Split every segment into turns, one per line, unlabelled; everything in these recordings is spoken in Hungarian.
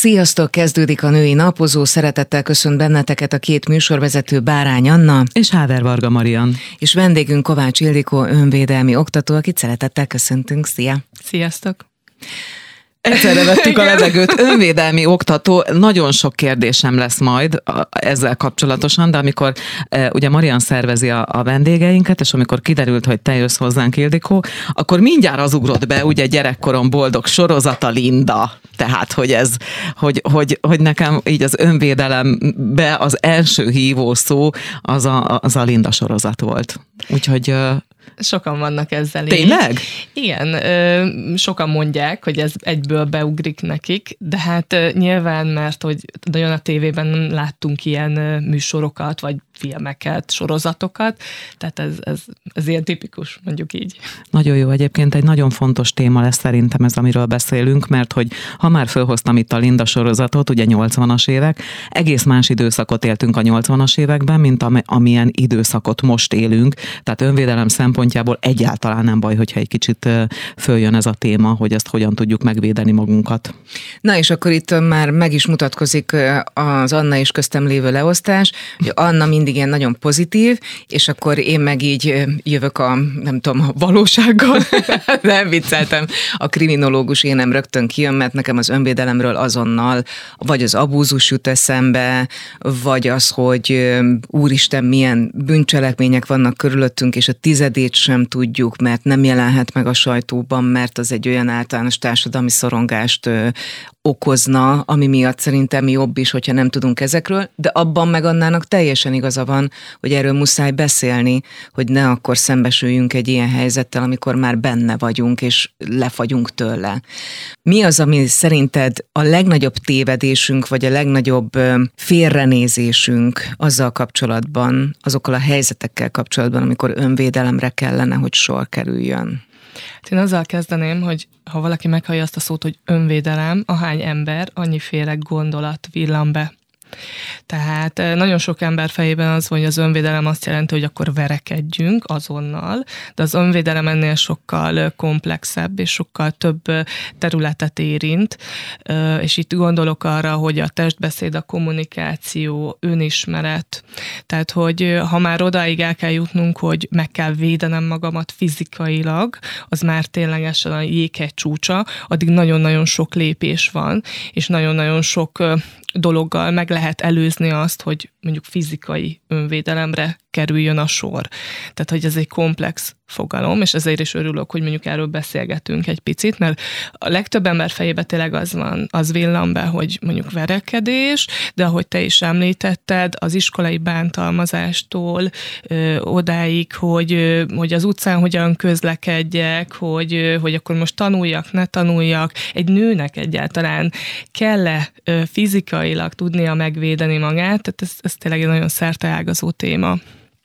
Sziasztok! Kezdődik a Női Napozó. Szeretettel köszönt benneteket a két műsorvezető, Bárány Anna
és Háder Varga Marian.
És vendégünk Kovács Ildikó, önvédelmi oktató, akit szeretettel köszöntünk. Szia!
Sziasztok!
Egyszerre vettük a levegőt. Önvédelmi oktató, nagyon sok kérdésem lesz majd ezzel kapcsolatosan, de amikor ugye Marian szervezi a vendégeinket, és amikor kiderült, hogy te jössz hozzánk, Ildikó, akkor mindjárt az ugrott be, ugye gyerekkorom boldog sorozata, Linda. Tehát, hogy nekem így az önvédelembe az első hívó szó az a Linda sorozat volt. Úgyhogy...
Sokan vannak ezzel.
Tényleg?
Igen, sokan mondják, hogy ez egyből beugrik nekik, de hát nyilván, mert hogy nagyon a tévében nem láttunk ilyen műsorokat, vagy filmeket, sorozatokat, tehát ez ilyen tipikus, mondjuk így.
Nagyon jó, egyébként egy nagyon fontos téma lesz szerintem ez, amiről beszélünk, mert hogy ha már felhoztam itt a Linda sorozatot, ugye 80-as évek, egész más időszakot éltünk a 80-as években, mint amilyen időszakot most élünk, tehát önvédelem szempontjából egyáltalán nem baj, hogyha egy kicsit följön ez a téma, hogy ezt hogyan tudjuk megvédeni magunkat.
Na és akkor itt már meg is mutatkozik az Anna és köztem lévő leosztás, hogy Anna mindig ilyen nagyon pozitív, és akkor én meg így jövök a valósággal. Nem vicceltem. A kriminológus énem rögtön kijön, mert nekem az önvédelemről azonnal vagy az abúzus jut eszembe, vagy az, hogy úristen, milyen bűncselekmények vannak körülöttünk, és a tizedét sem tudjuk, mert nem jelenhet meg a sajtóban, mert az egy olyan általános társadalmi szorongást okozna, ami miatt szerintem jobb is, hogyha nem tudunk ezekről, de abban meg Annának teljesen igaza van, hogy erről muszáj beszélni, hogy ne akkor szembesüljünk egy ilyen helyzettel, amikor már benne vagyunk, és lefagyunk tőle. Mi az, ami szerinted a legnagyobb tévedésünk, vagy a legnagyobb félrenézésünk azzal kapcsolatban, azokkal a helyzetekkel kapcsolatban, amikor önvédelemre kellene, hogy sor kerüljön?
Én azzal kezdeném, hogy ha valaki meghallja azt a szót, hogy önvédelem, ahány ember, annyiféle gondolat villan be. Tehát nagyon sok ember fejében az van, hogy az önvédelem azt jelenti, hogy akkor verekedjünk azonnal, de az önvédelem ennél sokkal komplexebb és sokkal több területet érint, és itt gondolok arra, hogy a testbeszéd, a kommunikáció, önismeret, tehát hogy ha már odáig el kell jutnunk, hogy meg kell védenem magamat fizikailag, az már ténylegesen a jéghegy csúcsa, addig nagyon-nagyon sok lépés van, és nagyon-nagyon sok dologgal meg lehet előzni azt, hogy mondjuk fizikai önvédelemre kerüljön a sor. Tehát, hogy ez egy komplex fogalom, és ezért is örülök, hogy mondjuk erről beszélgetünk egy picit, mert a legtöbb ember fejében tényleg az villan be, hogy mondjuk verekedés, de ahogy te is említetted, az iskolai bántalmazástól odáig, hogy az utcán hogyan közlekedjek, hogy akkor most tanuljak, ne tanuljak, egy nőnek egyáltalán kell-e fizikailag tudnia megvédeni magát, tehát ez tényleg egy nagyon szerteágazó téma.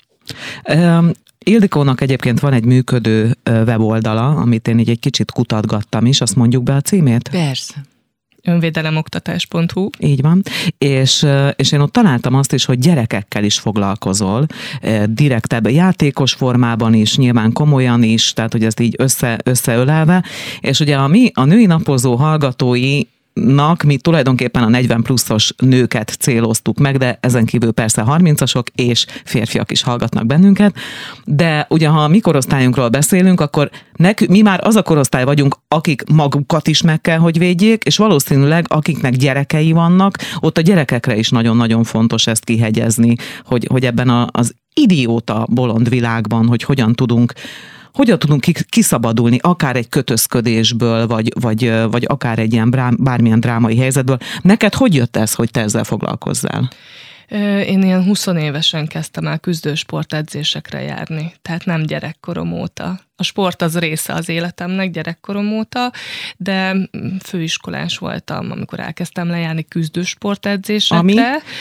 Ildikónak egyébként van egy működő weboldala, amit én így egy kicsit kutatgattam is, azt mondjuk be a címét?
Persze.
Önvédelemoktatás.hu.
Így van, és én ott találtam azt is, hogy gyerekekkel is foglalkozol, direktebb játékos formában is, nyilván komolyan is, tehát hogy ezt így összeölelve, és ugye a Női Napozó hallgatói mi tulajdonképpen a 40 pluszos nőket céloztuk meg, de ezen kívül persze 30-asok és férfiak is hallgatnak bennünket, de ugye ha a mi korosztályunkról beszélünk, akkor mi már az a korosztály vagyunk, akik magukat is meg kell, hogy védjék, és valószínűleg akiknek gyerekei vannak, ott a gyerekekre is nagyon-nagyon fontos ezt kihegyezni, hogy ebben az idióta bolond világban, hogy hogyan tudunk kiszabadulni akár egy kötözködésből, vagy akár egy ilyen bármilyen drámai helyzetből. Neked hogy jött ez, hogy te ezzel foglalkozzál?
Én ilyen 20 évesen kezdtem el küzdősportedzésekre járni, tehát nem gyerekkorom óta. A sport az része az életemnek gyerekkorom óta, de főiskolás voltam, amikor elkezdtem lejárni küzdősportedzésekre. Ami?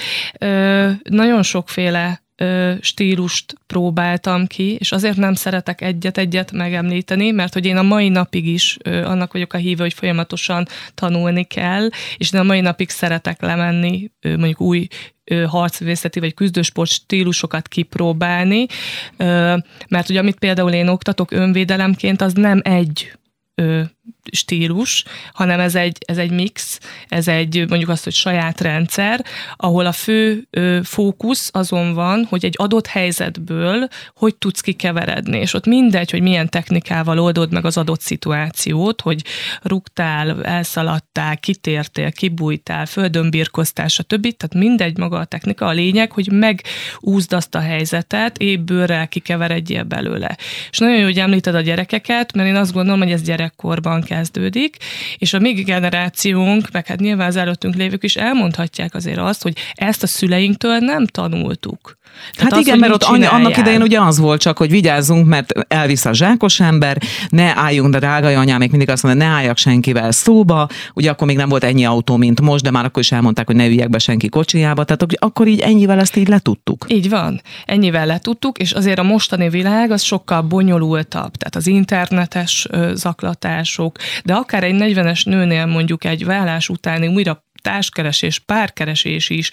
Nagyon sokféle stílust próbáltam ki, és azért nem szeretek egyet-egyet megemlíteni, mert hogy én a mai napig is annak vagyok a híve, hogy folyamatosan tanulni kell, és én a mai napig szeretek lemenni, mondjuk új harcvészeti vagy küzdősport stílusokat kipróbálni, mert ugye amit például én oktatok önvédelemként, az nem egy stílus, hanem ez egy mix, ez egy mondjuk azt, hogy saját rendszer, ahol a fő fókusz azon van, hogy egy adott helyzetből hogy tudsz kikeveredni, és ott mindegy, hogy milyen technikával oldod meg az adott szituációt, hogy rúgtál, elszaladtál, kitértél, kibújtál, földön birkoztál, stb. Tehát mindegy maga a technika, a lényeg, hogy megúzd azt a helyzetet, épp bőrrel kikeveredjél belőle. És nagyon jó, hogy említed a gyerekeket, mert én azt gondolom, hogy ez gyerekkorban kezdődik, és a mi generációnk, meg hát nyilván az előttünk lévők is elmondhatják azért azt, hogy ezt a szüleinktől nem tanultuk. Tehát
hát
az,
igen, mert ott annak idején ugye az volt csak, hogy vigyázzunk, mert elvisz a zsákos ember, ne álljunk, de drágai anyám még mindig azt mondja, ne álljak senkivel szóba, ugye akkor még nem volt ennyi autó, mint most, de már akkor is elmondták, hogy ne üljek be senki kocsijába, tehát akkor így ennyivel ezt így letudtuk.
Így van, ennyivel letudtuk, és azért a mostani világ az sokkal bonyolultabb, tehát az internetes zaklatások, de akár egy 40-es nőnél mondjuk egy vállás utáni újra társkeresés, párkeresés is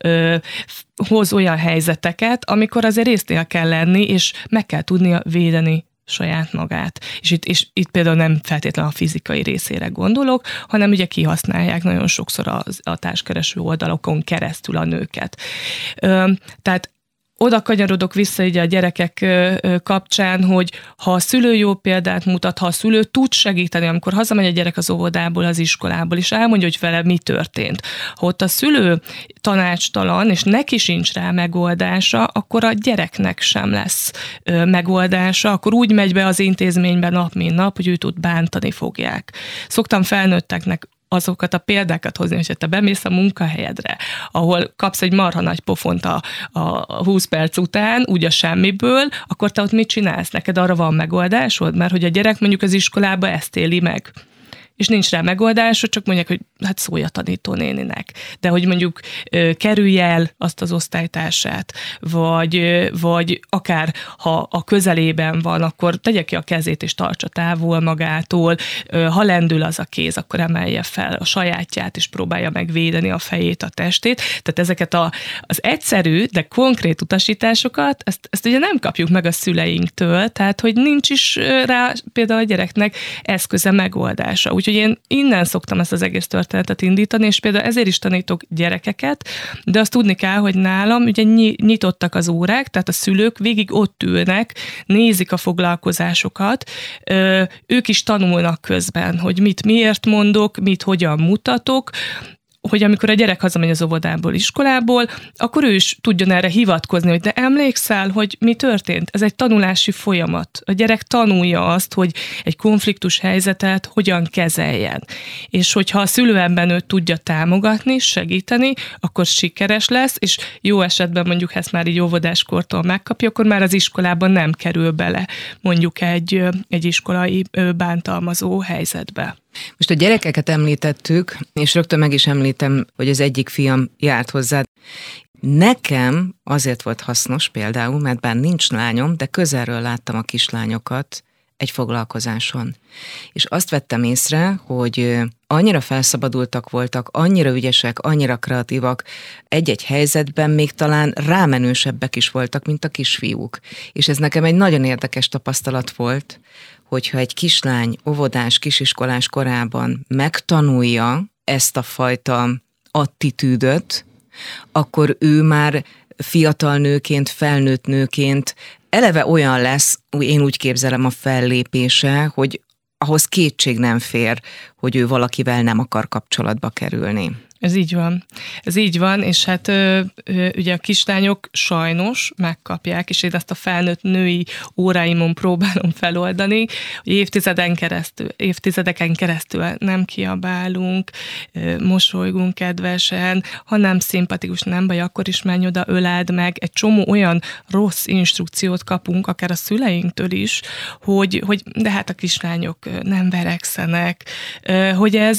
hoz olyan helyzeteket, amikor azért észnél kell lenni, és meg kell tudnia védeni saját magát. És itt például nem feltétlenül a fizikai részére gondolok, hanem ugye kihasználják nagyon sokszor a társkereső oldalokon keresztül a nőket. Tehát oda kanyarodok vissza így a gyerekek kapcsán, hogy ha a szülő jó példát mutat, ha a szülő tud segíteni, amikor hazamegy a gyerek az óvodából, az iskolából, és elmondja, hogy vele mi történt. Ha ott a szülő tanácstalan, és neki sincs rá megoldása, akkor a gyereknek sem lesz megoldása, akkor úgy megy be az intézménybe nap, mint nap, hogy őt ott bántani fogják. Szoktam felnőtteknek azokat a példákat hozni, hogyha te bemész a munkahelyedre, ahol kapsz egy marha nagy pofont a 20 perc után, úgy a semmiből, akkor te ott mit csinálsz? Neked arra van megoldásod? Mert hogy a gyerek mondjuk az iskolába ezt éli meg. És nincs rá megoldásod, csak mondják, hogy hát szólj a tanítónéninek. De hogy mondjuk kerülj el azt az osztálytársát, vagy akár ha a közelében van, akkor tegye ki a kezét és tartsa távol magától. Ha lendül az a kéz, akkor emelje fel a sajátját, és próbálja megvédeni a fejét, a testét. Tehát ezeket az egyszerű, de konkrét utasításokat, ezt ugye nem kapjuk meg a szüleinktől, tehát hogy nincs is rá például a gyereknek eszköze, megoldása. Úgyhogy én innen szoktam ezt az egész történetet indítani, és például ezért is tanítok gyerekeket, de azt tudni kell, hogy nálam ugye nyitottak az órák, tehát a szülők végig ott ülnek, nézik a foglalkozásokat, ők is tanulnak közben, hogy mit miért mondok, mit hogyan mutatok, hogy amikor a gyerek hazamegy az óvodából, iskolából, akkor ő is tudjon erre hivatkozni, hogy de emlékszel, hogy mi történt? Ez egy tanulási folyamat. A gyerek tanulja azt, hogy egy konfliktus helyzetet hogyan kezeljen. És hogyha a szülő ebben őt tudja támogatni, segíteni, akkor sikeres lesz, és jó esetben mondjuk ezt már így óvodáskortól megkapja, akkor már az iskolában nem kerül bele mondjuk egy iskolai bántalmazó helyzetbe.
Most a gyerekeket említettük, és rögtön meg is említem, hogy az egyik fiam járt hozzád. Nekem azért volt hasznos például, mert bár nincs lányom, de közelről láttam a kislányokat egy foglalkozáson. És azt vettem észre, hogy annyira felszabadultak voltak, annyira ügyesek, annyira kreatívak, egy-egy helyzetben még talán rámenősebbek is voltak, mint a kisfiúk. És ez nekem egy nagyon érdekes tapasztalat volt, hogyha egy kislány óvodás, kisiskolás korában megtanulja ezt a fajta attitűdöt, akkor ő már fiatal nőként, felnőtt nőként eleve olyan lesz, én úgy képzelem a fellépése, hogy ahhoz kétség nem fér, hogy ő valakivel nem akar kapcsolatba kerülni.
Ez így van, és hát ugye a kislányok sajnos megkapják, és én ezt a felnőtt női óráimon próbálom feloldani, hogy évtizedeken keresztül nem kiabálunk, mosolygunk kedvesen, ha nem szimpatikus, nem baj, akkor is menj oda, öleld meg. Egy csomó olyan rossz instrukciót kapunk, akár a szüleinktől is, hogy de hát a kislányok nem verekszenek, hogy ez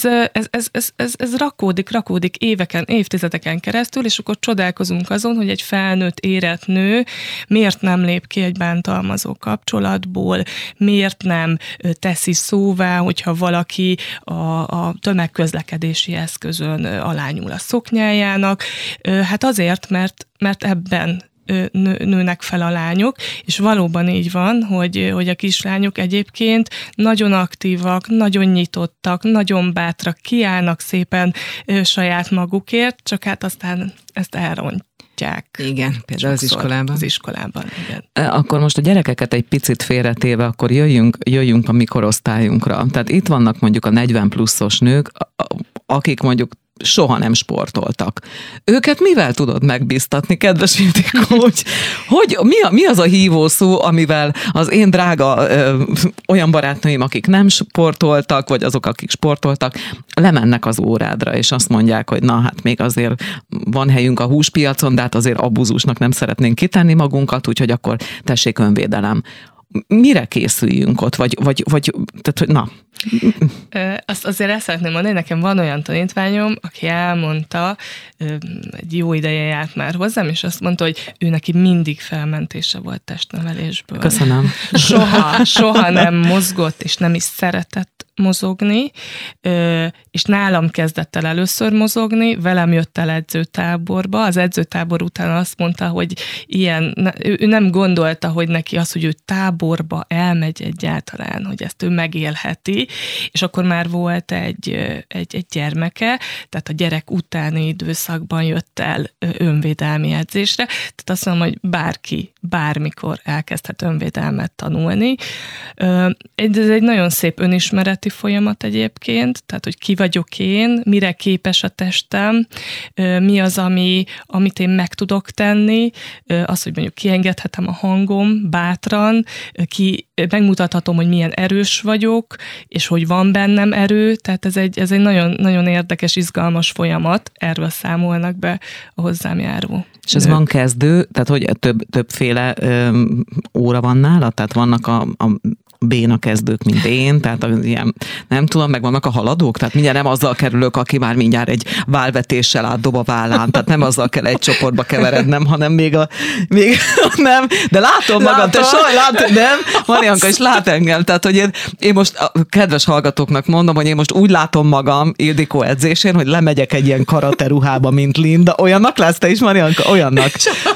rakódik évtizedeken keresztül, és akkor csodálkozunk azon, hogy egy felnőtt érett nő miért nem lép ki egy bántalmazó kapcsolatból, miért nem teszi szóvá, hogyha valaki a tömegközlekedési eszközön alányul a szoknyájának. Hát azért, mert ebben nőnek fel a lányok, és valóban így van, hogy a kislányok egyébként nagyon aktívak, nagyon nyitottak, nagyon bátrak, kiállnak szépen saját magukért, csak hát aztán ezt elrontják.
Igen, például az iskolában.
Az iskolában, igen.
Akkor most a gyerekeket egy picit félretéve, akkor jöjjünk a mi korosztályunkra. Tehát itt vannak mondjuk a 40 pluszos nők, akik mondjuk soha nem sportoltak. Őket mivel tudod megbíztatni, kedves Ildikó, hogy mi az a hívó szó, amivel az én drága olyan barátnőim, akik nem sportoltak, vagy azok, akik sportoltak, lemennek az órádra, és azt mondják, hogy na hát még azért van helyünk a húspiacon, de hát azért abuzusnak nem szeretnénk kitenni magunkat, úgyhogy akkor tessék önvédelem. Mire készüljünk ott? Vagy tehát, hogy na.
Azt azért el szeretném mondani, nekem van olyan tanítványom, aki elmondta, egy jó ideje járt már hozzám, és azt mondta, hogy ő neki mindig felmentése volt testnevelésből.
Köszönöm.
Soha nem mozgott, és nem is szeretett mozogni, és nálam kezdett el először mozogni, velem jött el edzőtáborba, az edzőtábor után azt mondta, hogy ő nem gondolta, hogy neki az, hogy ő táborba elmegy egyáltalán, hogy ezt ő megélheti, és akkor már volt egy gyermeke, tehát a gyerek utáni időszakban jött el önvédelmi edzésre, tehát azt mondom, hogy bárki, bármikor elkezdhet önvédelmet tanulni. Ez egy nagyon szép önismereti folyamat egyébként, tehát hogy ki vagyok én, mire képes a testem, mi az, amit én meg tudok tenni, az, hogy mondjuk kiengedhetem a hangom bátran, megmutathatom, hogy milyen erős vagyok, és hogy van bennem erő, tehát ez egy nagyon, nagyon érdekes, izgalmas folyamat, erről számolnak be a hozzám járó.
És ez van kezdő, tehát hogy többféle óra van nála? Tehát vannak a béna kezdők, mint én, tehát ilyen, nem tudom, meg vannak a haladók, tehát mindjárt nem azzal kerülök, aki már mindjárt egy válvetéssel átdob a vállán, tehát nem azzal kell egy csoportba keverednem, hanem még nem, de látom magam, te látod, nem? Marianka is lát engem, tehát hogy én most a kedves hallgatóknak mondom, hogy én most úgy látom magam Ildikó edzésén, hogy lemegyek egy ilyen karate ruhába, mint Linda, olyannak lesz te is, Marianka? Olyannak.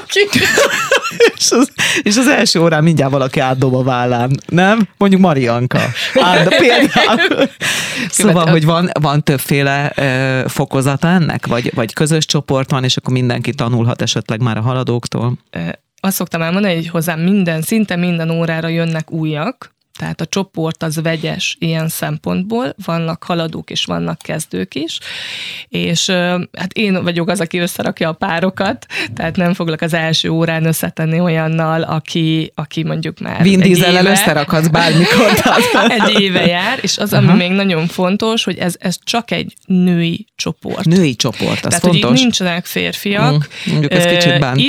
És az első órán mindjárt valaki átdob a vállán, nem? Mondjuk Marianka. Például. Szóval, hogy van többféle fokozata ennek? Vagy közös csoport van, és akkor mindenki tanulhat esetleg már a haladóktól?
Azt szoktam elmondani, hogy hozzám szinte minden órára jönnek újak, tehát a csoport az vegyes ilyen szempontból, vannak haladók és vannak kezdők is, és hát én vagyok az, aki összerakja a párokat, tehát nem foglak az első órán összetenni olyannal, aki mondjuk már
Vin Diesellel összerakhatsz bármikor.
Egy éve jár, és az, ami még nagyon fontos, hogy ez csak egy női csoport.
Női csoport, az
tehát,
fontos.
hogy nincsenek férfiak.
Mondjuk ez kicsit bánt.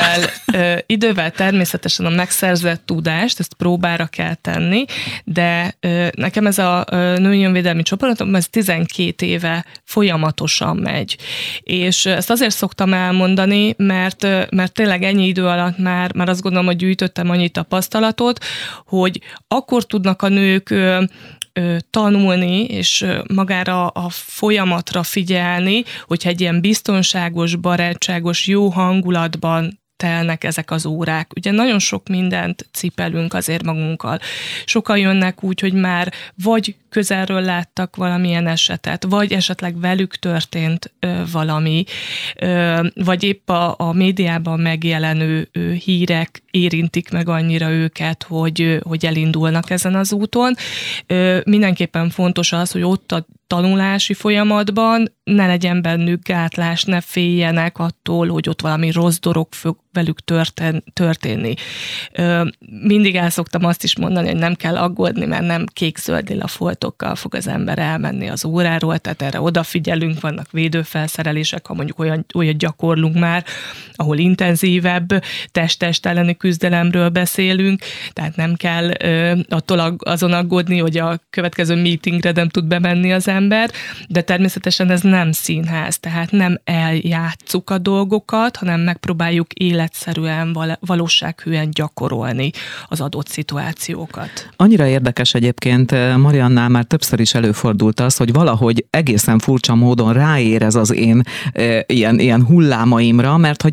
Idővel természetesen a megszerzett tudást, ezt próbára kell tenni, de nekem ez a női önvédelmi csoport, ez 12 éve folyamatosan megy. És ezt azért szoktam elmondani, mert tényleg ennyi idő alatt már azt gondolom, hogy gyűjtöttem annyi tapasztalatot, hogy akkor tudnak a nők tanulni, és magára a folyamatra figyelni, hogyha egy ilyen biztonságos, barátságos, jó hangulatban telnek ezek az órák. Ugye nagyon sok mindent cipelünk azért magunkkal. Sokan jönnek úgy, hogy már vagy közelről láttak valamilyen esetet, vagy esetleg velük történt valami, vagy épp a médiában megjelenő hírek érintik meg annyira őket, hogy elindulnak ezen az úton. Mindenképpen fontos az, hogy ott a tanulási folyamatban ne legyen bennük gátlás, ne féljenek attól, hogy ott valami rossz dolog fog velük történni. Mindig el szoktam azt is mondani, hogy nem kell aggódni, mert nem kék-zöld lila foltokkal fog az ember elmenni az óráról, tehát erre odafigyelünk, vannak védőfelszerelések, ha mondjuk olyat gyakorlunk már, ahol intenzívebb test-test elleni küzdelemről beszélünk, tehát nem kell attól azon aggódni, hogy a következő meetingre nem tud bemenni az ember, de természetesen ez nem színház, tehát nem eljátszuk a dolgokat, hanem megpróbáljuk életszerűen, valósághűen gyakorolni az adott szituációkat.
Annyira érdekes egyébként, Mariannál már többször is előfordult az, hogy valahogy egészen furcsa módon ráérez az én ilyen hullámaimra, mert hogy én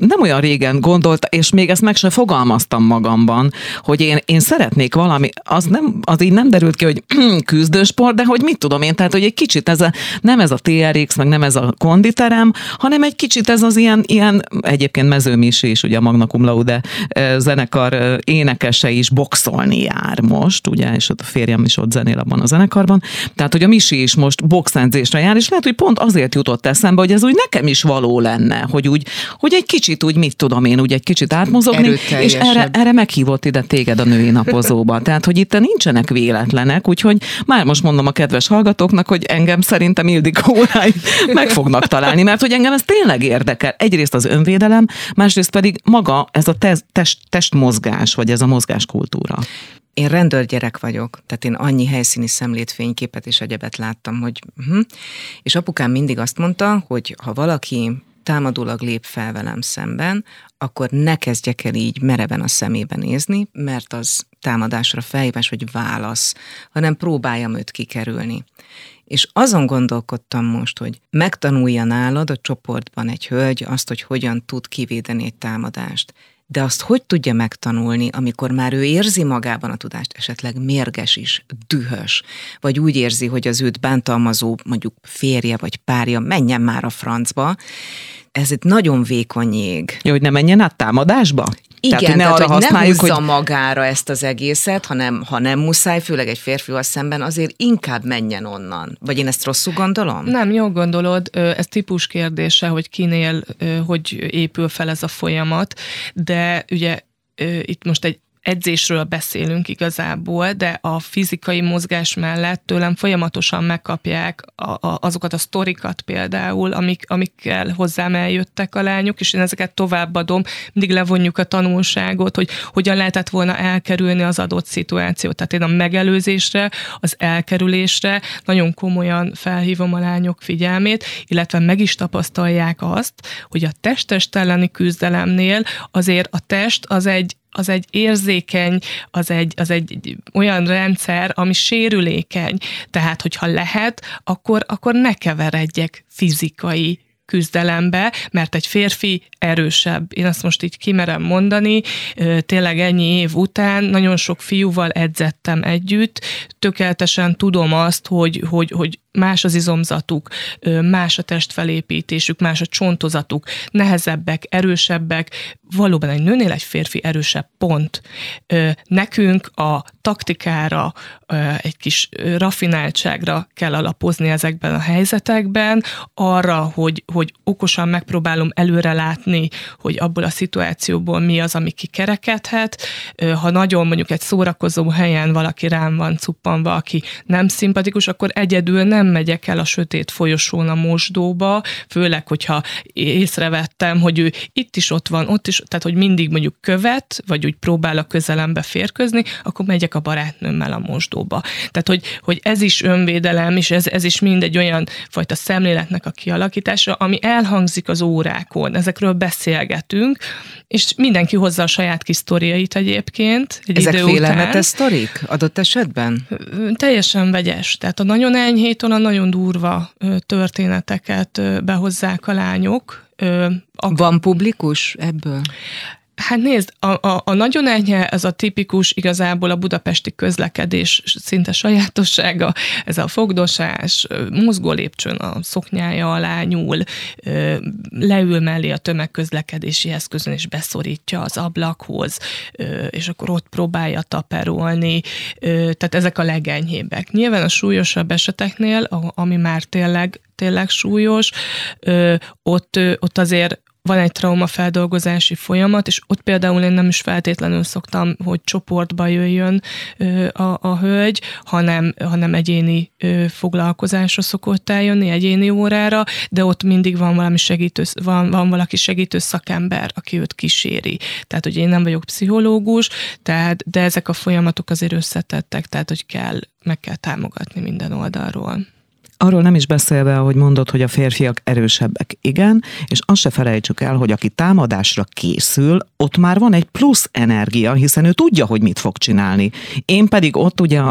nem olyan régen gondolta, és még ezt meg sem fogalmaztam magamban, hogy én szeretnék valami, az így nem derült ki, hogy küzdősport, de hogy mit tudom én, tehát hogy egy kicsit nem ez a TRX, meg nem ez a konditerem, hanem egy kicsit ez az ilyen egyébként Mező Misi is, ugye a Magna Cum Laude zenekar énekese is boxolni jár most, ugye, és a férjem is ott zenél abban a zenekarban, tehát hogy a Misi is most boxenzésre jár, és lehet, hogy pont azért jutott eszembe, hogy ez úgy nekem is való lenne, hogy egy kicsit úgy, mit tudom én, úgy egy kicsit átmozogni, és erre meghívott ide téged a női napozóba. Tehát, hogy itt nincsenek véletlenek, úgyhogy már most mondom a kedves hallgatóknak, hogy engem szerintem Ildikó órái meg fognak találni, mert hogy engem ez tényleg érdekel. Egyrészt az önvédelem, másrészt pedig maga ez a testmozgás, vagy ez a mozgáskultúra.
Én rendőrgyerek vagyok, tehát én annyi helyszíni szemlétfényképet és egyebet láttam, hogy és apukám mindig azt mondta, hogy ha valaki támadólag lép fel velem szemben, akkor ne kezdjek el így mereven a szemébe nézni, mert az támadásra felhívás vagy válasz, hanem próbáljam őt kikerülni. És azon gondolkodtam most, hogy megtanulja nálad a csoportban egy hölgy azt, hogy hogyan tud kivédeni egy támadást. De azt hogy tudja megtanulni, amikor már ő érzi magában a tudást, esetleg mérges is, dühös, vagy úgy érzi, hogy az őt bántalmazó, mondjuk férje vagy párja, menjen már a francba. Ez egy nagyon vékony jég.
Ja, hogy ne menjen át támadásba?
Igen,
tehát,
hogy ne húzza magára ezt az egészet, ha nem muszáj, főleg egy férfival szemben, azért inkább menjen onnan. Vagy én ezt rosszul gondolom?
Nem, jól gondolod, ez típus kérdése, hogy kinél, hogy épül fel ez a folyamat, de ugye itt most egy edzésről beszélünk igazából, de a fizikai mozgás mellett tőlem folyamatosan megkapják azokat a sztorikat például, amikkel hozzám eljöttek a lányok, és én ezeket továbbadom, mindig levonjuk a tanulságot, hogy hogyan lehetett volna elkerülni az adott szituációt. Tehát én a megelőzésre, az elkerülésre nagyon komolyan felhívom a lányok figyelmét, illetve meg is tapasztalják azt, hogy a test-test elleni küzdelemnél azért a test az egy érzékeny, az egy olyan rendszer, ami sérülékeny. Tehát, hogyha lehet, akkor ne keveredjek fizikai küzdelembe, mert egy férfi erősebb. Én azt most így kimerem mondani, tényleg ennyi év után nagyon sok fiúval edzettem együtt, tökéletesen tudom azt, hogy más az izomzatuk, más a testfelépítésük, más a csontozatuk, nehezebbek, erősebbek, valóban egy nőnél egy férfi erősebb pont. Nekünk a taktikára, egy kis raffináltságra kell alapozni ezekben a helyzetekben, arra, hogy okosan megpróbálom előrelátni, hogy abból a szituációból mi az, ami kikerekedhet. Ha nagyon mondjuk egy szórakozó helyen valaki rám van cuppanva, aki nem szimpatikus, akkor egyedül nem megyek el a sötét folyosón a mosdóba, főleg, hogyha észrevettem, hogy ő itt is ott van, ott is, tehát hogy mindig mondjuk követ, vagy úgy próbál a közelembe férkőzni, akkor megyek a barátnőmmel a mosdóba. Tehát, hogy ez is önvédelem, és ez is mind egy olyan fajta szemléletnek a kialakítása, ami elhangzik az órákon, ezekről beszélgetünk, és mindenki hozza a saját kis sztoriait egyébként.
Ezek félelmetes sztorik adott esetben?
Teljesen vegyes. Tehát a nagyon enyhétől a nagyon durva történeteket behozzák a lányok.
Van publikus ebből?
Hát nézd, a nagyon enyhe, ez a tipikus igazából a budapesti közlekedés szinte sajátossága, ez a fogdosás, mozgó lépcsőn a szoknyája alá nyúl, leül mellé a tömegközlekedési eszközön és beszorítja az ablakhoz, és akkor ott próbálja taperolni, tehát ezek a legenyhébbek. Nyilván a súlyosabb eseteknél, ami már tényleg súlyos, ott azért van egy traumafeldolgozási folyamat, és ott például én nem is feltétlenül szoktam, hogy csoportba jöjjön a hölgy, hanem egyéni foglalkozásra szokott eljönni, egyéni órára, de ott mindig van valaki segítő szakember, aki őt kíséri. Tehát, hogy én nem vagyok pszichológus, de ezek a folyamatok azért összetettek, tehát, hogy meg kell támogatni minden oldalról.
Arról nem is beszélve, hogy mondod, hogy a férfiak erősebbek. Igen, és azt se felejtsük el, hogy aki támadásra készül, ott már van egy plusz energia, hiszen ő tudja, hogy mit fog csinálni. Én pedig ott ugye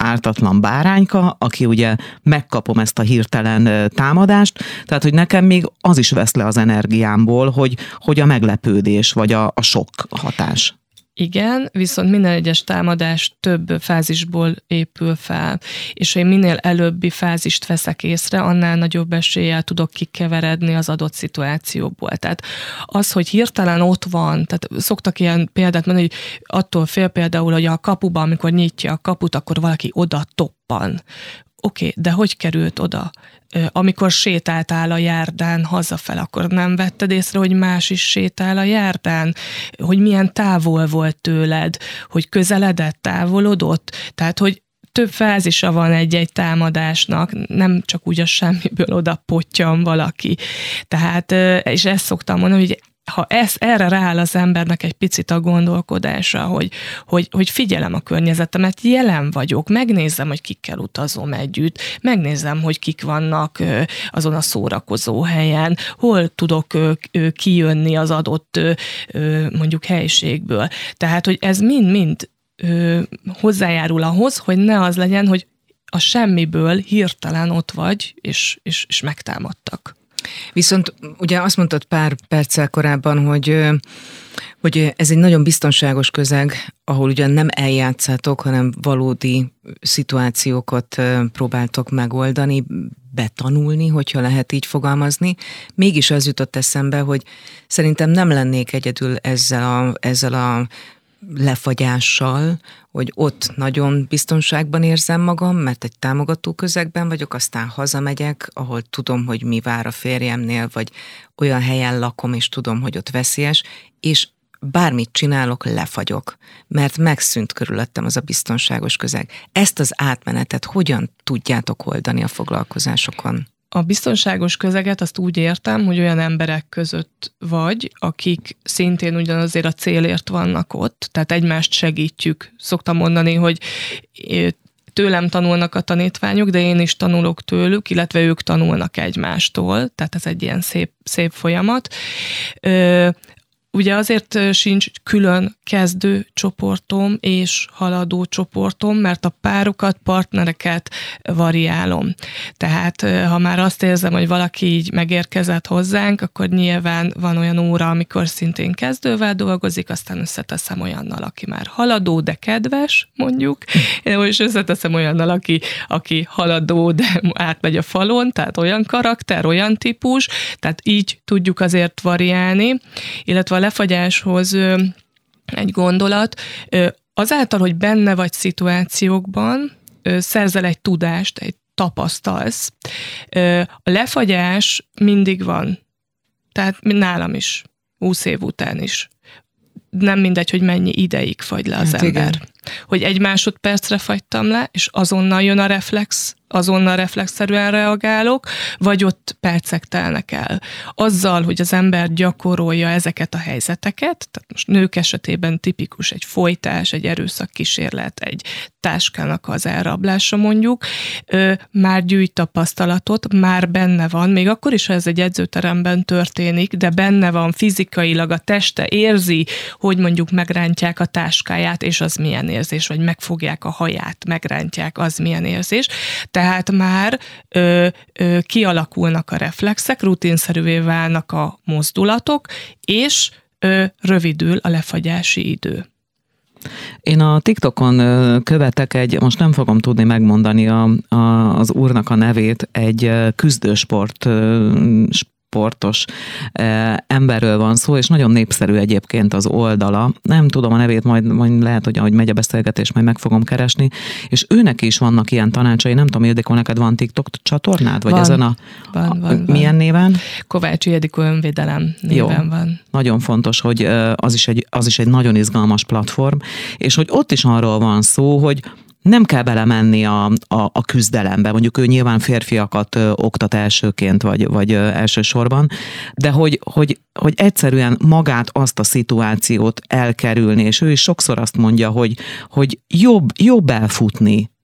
ártatlan bárányka, aki ugye megkapom ezt a hirtelen támadást, tehát hogy nekem még az is vesz le az energiámból, hogy a meglepődés, vagy a sok hatás.
Igen, viszont minden egyes támadás több fázisból épül fel, és ha én minél előbbi fázist veszek észre, annál nagyobb eséllyel tudok kikeveredni az adott szituációból. Tehát az, hogy hirtelen ott van, tehát szoktak ilyen példát mondani, hogy attól fél például, hogy a kapuban, amikor nyitja a kaput, akkor valaki oda toppan. Oké, de hogy került oda? Amikor sétáltál a járdán hazafel, akkor nem vetted észre, hogy más is sétál a járdán? Hogy milyen távol volt tőled? Hogy közeledett, távolodott? Tehát, hogy több fázisa van egy-egy támadásnak, nem csak úgy a semmiből oda pottyan valaki. Tehát, és ezt szoktam mondani, hogy ha erre rááll az embernek egy picit a gondolkodása, hogy figyelem a környezetemet, jelen vagyok, megnézem, hogy kikkel utazom együtt, megnézem, hogy kik vannak azon a szórakozó helyen, hol tudok kijönni az adott mondjuk helyiségből. Tehát, hogy ez mind hozzájárul ahhoz, hogy ne az legyen, hogy a semmiből hirtelen ott vagy, és megtámadtak.
Viszont ugye azt mondtad pár perccel korábban, hogy ez egy nagyon biztonságos közeg, ahol ugyan nem eljátszátok, hanem valódi szituációkat próbáltok megoldani, betanulni, hogyha lehet így fogalmazni. Mégis az jutott eszembe, hogy szerintem nem lennék egyedül ezzel a lefagyással, hogy ott nagyon biztonságban érzem magam, mert egy támogató közegben vagyok, aztán hazamegyek, ahol tudom, hogy mi vár a férjemnél, vagy olyan helyen lakom, és tudom, hogy ott veszélyes, és bármit csinálok, lefagyok, mert megszűnt körülöttem az a biztonságos közeg. Ezt az átmenetet hogyan tudjátok oldani a foglalkozásokon?
A biztonságos közeget azt úgy értem, hogy olyan emberek között vagy, akik szintén ugyanazért a célért vannak ott, tehát egymást segítjük. Szoktam mondani, hogy tőlem tanulnak a tanítványok, de én is tanulok tőlük, illetve ők tanulnak egymástól, tehát ez egy ilyen szép folyamat. Ugye azért sincs külön kezdő csoportom és haladó csoportom, mert a párokat, partnereket variálom. Tehát ha már azt érzem, hogy valaki így megérkezett hozzánk, akkor nyilván van olyan óra, amikor szintén kezdővel dolgozik, aztán összeteszem olyannal, aki már haladó, de kedves, mondjuk, és összeteszem olyannal, aki haladó, de átmegy a falon, tehát olyan karakter, olyan típus, tehát így tudjuk azért variálni, illetve a lefagyáshoz egy gondolat, azáltal, hogy benne vagy szituációkban, szerzel egy tudást, egy tapasztalsz. A lefagyás mindig van. Tehát nálam is, 20 év után is. Nem mindegy, hogy mennyi ideig fagy le az ember. Igen. Hogy egy másodpercre fagytam le, és azonnal jön a reflex, azonnal reflexzerűen reagálok, vagy ott percek telnek el. Azzal, hogy az ember gyakorolja ezeket a helyzeteket, tehát most nők esetében tipikus egy folytás, egy erőszakkísérlet, egy táskának az elrablása mondjuk, már gyűjt tapasztalatot, már benne van, még akkor is, ha ez egy edzőteremben történik, de benne van fizikailag, a teste érzi, hogy mondjuk megrántják a táskáját, és az milyen érzés, vagy megfogják a haját, megrántják, az milyen érzés. Tehát már kialakulnak a reflexek, rutinszerűvé válnak a mozdulatok, és rövidül a lefagyási idő.
Én a TikTokon követek most nem fogom tudni megmondani az úrnak a nevét, egy küzdősportos emberről van szó, és nagyon népszerű egyébként az oldala. Nem tudom a nevét, majd lehet, hogy ahogy megy a beszélgetés, majd meg fogom keresni, és őnek is vannak ilyen tanácsai. Nem tudom, Ildikó, neked van TikTok csatornád? Vagy
van, van.
Milyen néven?
Kovács Ildikó önvédelem néven van.
Nagyon fontos, hogy az is egy nagyon izgalmas platform, és hogy ott is arról van szó, hogy nem kell belemenni a küzdelembe, mondjuk ő nyilván férfiakat oktat elsőként, vagy elsősorban, de hogy egyszerűen magát azt a szituációt elkerülni, és ő is sokszor azt mondja, hogy jobb elfutni.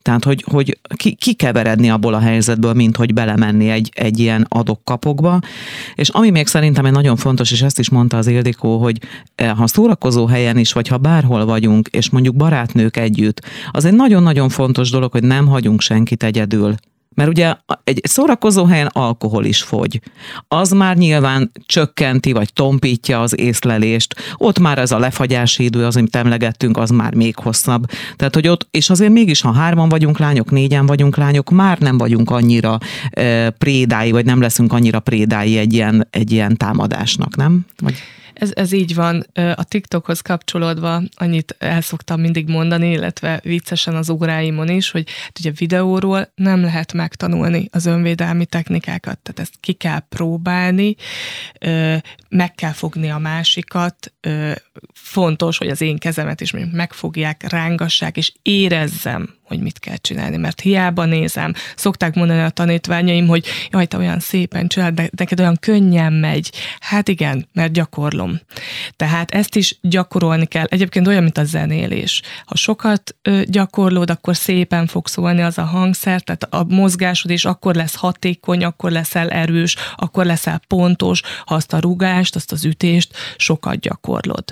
Tehát, hogy kikeveredni abból a helyzetből, mint hogy belemenni egy ilyen adok-kapokba. És ami még szerintem egy nagyon fontos, és ezt is mondta az Ildikó, hogy ha szórakozó helyen is, vagy ha bárhol vagyunk, és mondjuk barátnők együtt, az egy nagyon-nagyon fontos dolog, hogy nem hagyunk senkit egyedül. Mert ugye egy szórakozó helyen alkohol is fogy. Az már nyilván csökkenti, vagy tompítja az észlelést. Ott már ez a lefagyási idő, az, amit emlegettünk, az már még hosszabb. Tehát, hogy ott, és azért mégis, ha 3 vagyunk lányok, 4 vagyunk lányok, már nem vagyunk annyira prédái, vagy nem leszünk annyira prédái egy ilyen támadásnak, nem? Vagy...
Ez így van. A TikTokhoz kapcsolódva annyit el szoktam mindig mondani, illetve viccesen az óráimon is, hogy ugye videóról nem lehet megtanulni az önvédelmi technikákat, tehát ezt ki kell próbálni, meg kell fogni a másikat, fontos, hogy az én kezemet is mondjuk megfogják, rángassák, és érezzem, hogy mit kell csinálni, mert hiába nézem. Szokták mondani a tanítványaim, hogy jaj, te olyan szépen csinálod, de neked olyan könnyen megy. Hát igen, mert gyakorlom. Tehát ezt is gyakorolni kell. Egyébként olyan, mint a zenélés. Ha sokat gyakorlod, akkor szépen fog szólni az a hangszer, tehát a mozgásod is akkor lesz hatékony, akkor leszel erős, akkor leszel pontos, ha azt a rúgást, azt az ütést sokat gyakorlod.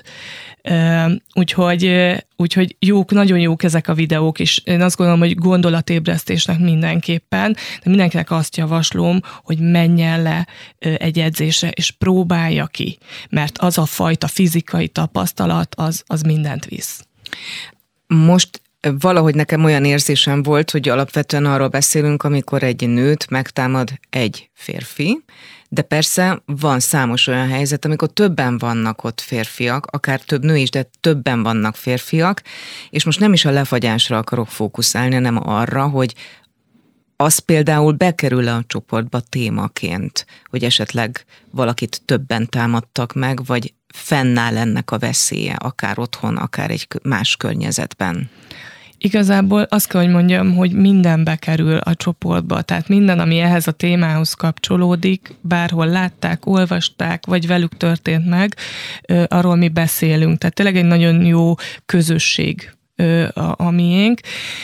Úgyhogy jók, nagyon jók ezek a videók, és én azt gondolom, hogy gondolatébresztésnek mindenképpen, de mindenkinek azt javaslom, hogy menjen le egy edzésre, és próbálja ki, mert az a fajta fizikai tapasztalat, az mindent visz.
Most valahogy nekem olyan érzésem volt, hogy alapvetően arról beszélünk, amikor egy nőt megtámad egy férfi, de persze van számos olyan helyzet, amikor többen vannak ott férfiak, akár több nő is, de többen vannak férfiak, és most nem is a lefagyásra akarok fókuszálni, hanem arra, hogy az például bekerül a csoportba témaként, hogy esetleg valakit többen támadtak meg, vagy fennáll ennek a veszélye, akár otthon, akár egy más környezetben.
Igazából azt kell, hogy mondjam, hogy minden bekerül a csoportba, tehát minden, ami ehhez a témához kapcsolódik, bárhol látták, olvasták, vagy velük történt meg, arról mi beszélünk. Tehát tényleg egy nagyon jó közösség a miénk.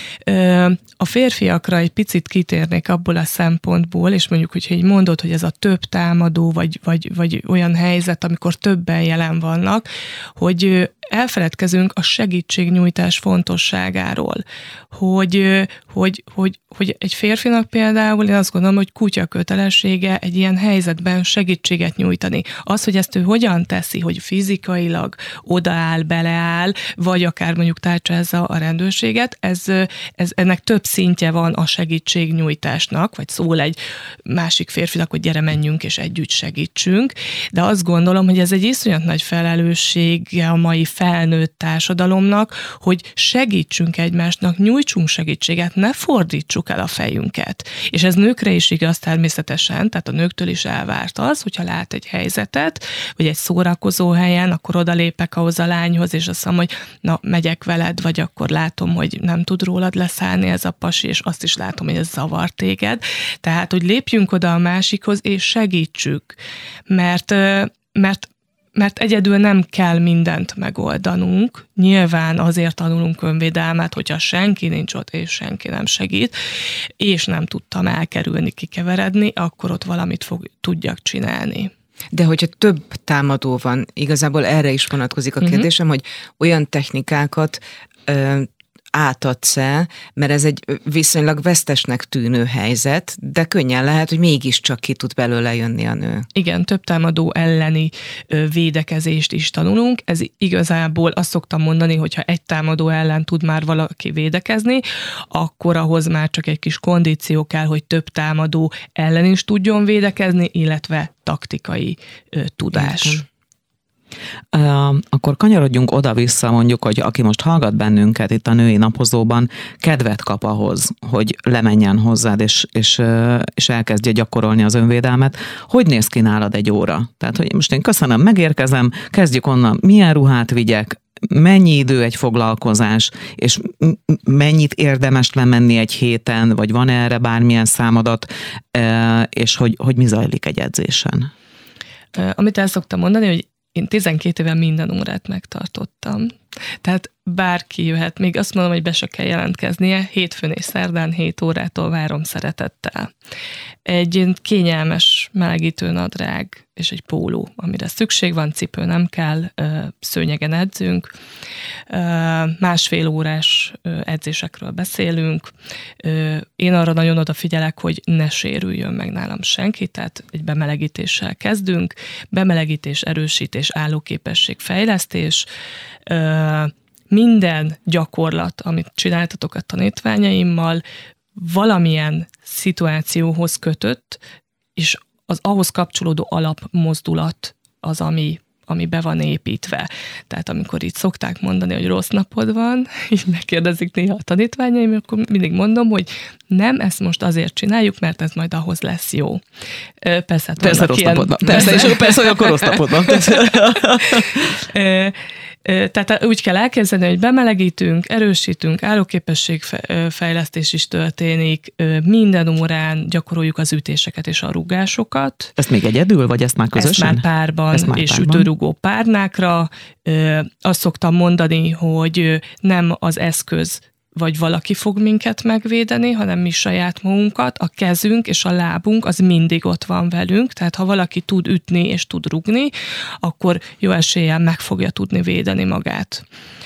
A férfiakra egy picit kitérnék abból a szempontból, és mondjuk, hogyha így mondod, hogy ez a több támadó, vagy olyan helyzet, amikor többen jelen vannak, hogy elfeledkezünk a segítségnyújtás fontosságáról. Hogy egy férfinak például én azt gondolom, hogy kutya kötelessége egy ilyen helyzetben segítséget nyújtani. Az, hogy ezt ő hogyan teszi, hogy fizikailag odaáll, beleáll, vagy akár mondjuk tárcsázza a rendőrséget, ennek több szintje van a segítségnyújtásnak, vagy szól egy másik férfinak, hogy gyere, menjünk és együtt segítsünk, de azt gondolom, hogy ez egy iszonyat nagy felelőssége a mai felnőtt társadalomnak, hogy segítsünk egymásnak, nyújtsunk segítséget, ne fordítsuk el a fejünket. És ez nőkre is igaz természetesen, tehát a nőktől is elvárt az, hogyha lát egy helyzetet, vagy egy szórakozó helyen, akkor odalépek ahhoz a lányhoz, és azt mondom, hogy na, megyek veled, vagy akkor látom, hogy nem tud rólad leszállni ez a pasi, és azt is látom, hogy ez zavar téged. Tehát, hogy lépjünk oda a másikhoz, és segítsük. Mert egyedül nem kell mindent megoldanunk. Nyilván azért tanulunk önvédelmet, hogyha senki nincs ott, és senki nem segít, és nem tudtam elkerülni, kikeveredni, akkor ott valamit tudjak csinálni.
De hogyha több támadó van, igazából erre is vonatkozik a kérdésem, hogy olyan technikákat átadsz-e, mert ez egy viszonylag vesztesnek tűnő helyzet, de könnyen lehet, hogy mégiscsak ki tud belőle jönni a nő.
Igen, több támadó elleni védekezést is tanulunk. Ez igazából azt szoktam mondani, hogyha egy támadó ellen tud már valaki védekezni, akkor ahhoz már csak egy kis kondíció kell, hogy több támadó ellen is tudjon védekezni, illetve taktikai tudás.
Értem.
Akkor kanyarodjunk oda-vissza, mondjuk, hogy aki most hallgat bennünket itt a Női Napozóban, kedvet kap ahhoz, hogy lemenjen hozzád, és elkezdje gyakorolni az önvédelmet. Hogy néz ki nálad egy óra? Tehát, hogy most én köszönöm, megérkezem, kezdjük onnan, milyen ruhát vigyek, mennyi idő egy foglalkozás, és mennyit érdemes lemenni egy héten, vagy van erre bármilyen számadat, és hogy mi zajlik egy edzésen?
Amit el szoktam mondani, hogy én 12 éve minden órát megtartottam. Tehát bárki jöhet, még azt mondom, hogy be se kell jelentkeznie, hétfőn és szerdán 7 órától várom szeretettel. Egy kényelmes melegítő nadrág és egy póló, amire szükség van, cipő nem kell, szőnyegen edzünk, 1,5 órás edzésekről beszélünk. Én arra nagyon odafigyelek, hogy ne sérüljön meg nálam senki, tehát egy bemelegítéssel kezdünk, bemelegítés, erősítés, állóképesség, fejlesztés, minden gyakorlat, amit csináltatok a tanítványaimmal, valamilyen szituációhoz kötött, és az ahhoz kapcsolódó alapmozdulat az, ami be van építve. Tehát amikor így szokták mondani, hogy rossz napod van, így megkérdezik néha a tanítványaim, akkor mindig mondom, hogy nem, ezt most azért csináljuk, mert ez majd ahhoz lesz jó. Persze
rossz napod van. Persze, hogy akkor rossz napod van.
Tehát úgy kell elkezdeni, hogy bemelegítünk, erősítünk, állóképességfejlesztés is történik, minden órán gyakoroljuk az ütéseket és a rúgásokat.
Ezt még egyedül, vagy ezt már közösen?
Ezt már párban és ütőrugó párnákra. Azt szoktam mondani, hogy nem az eszköz vagy valaki fog minket megvédeni, hanem mi saját magunkat, a kezünk és a lábunk az mindig ott van velünk, tehát ha valaki tud ütni és tud rugni, akkor jó eséllyel meg fogja tudni védeni magát.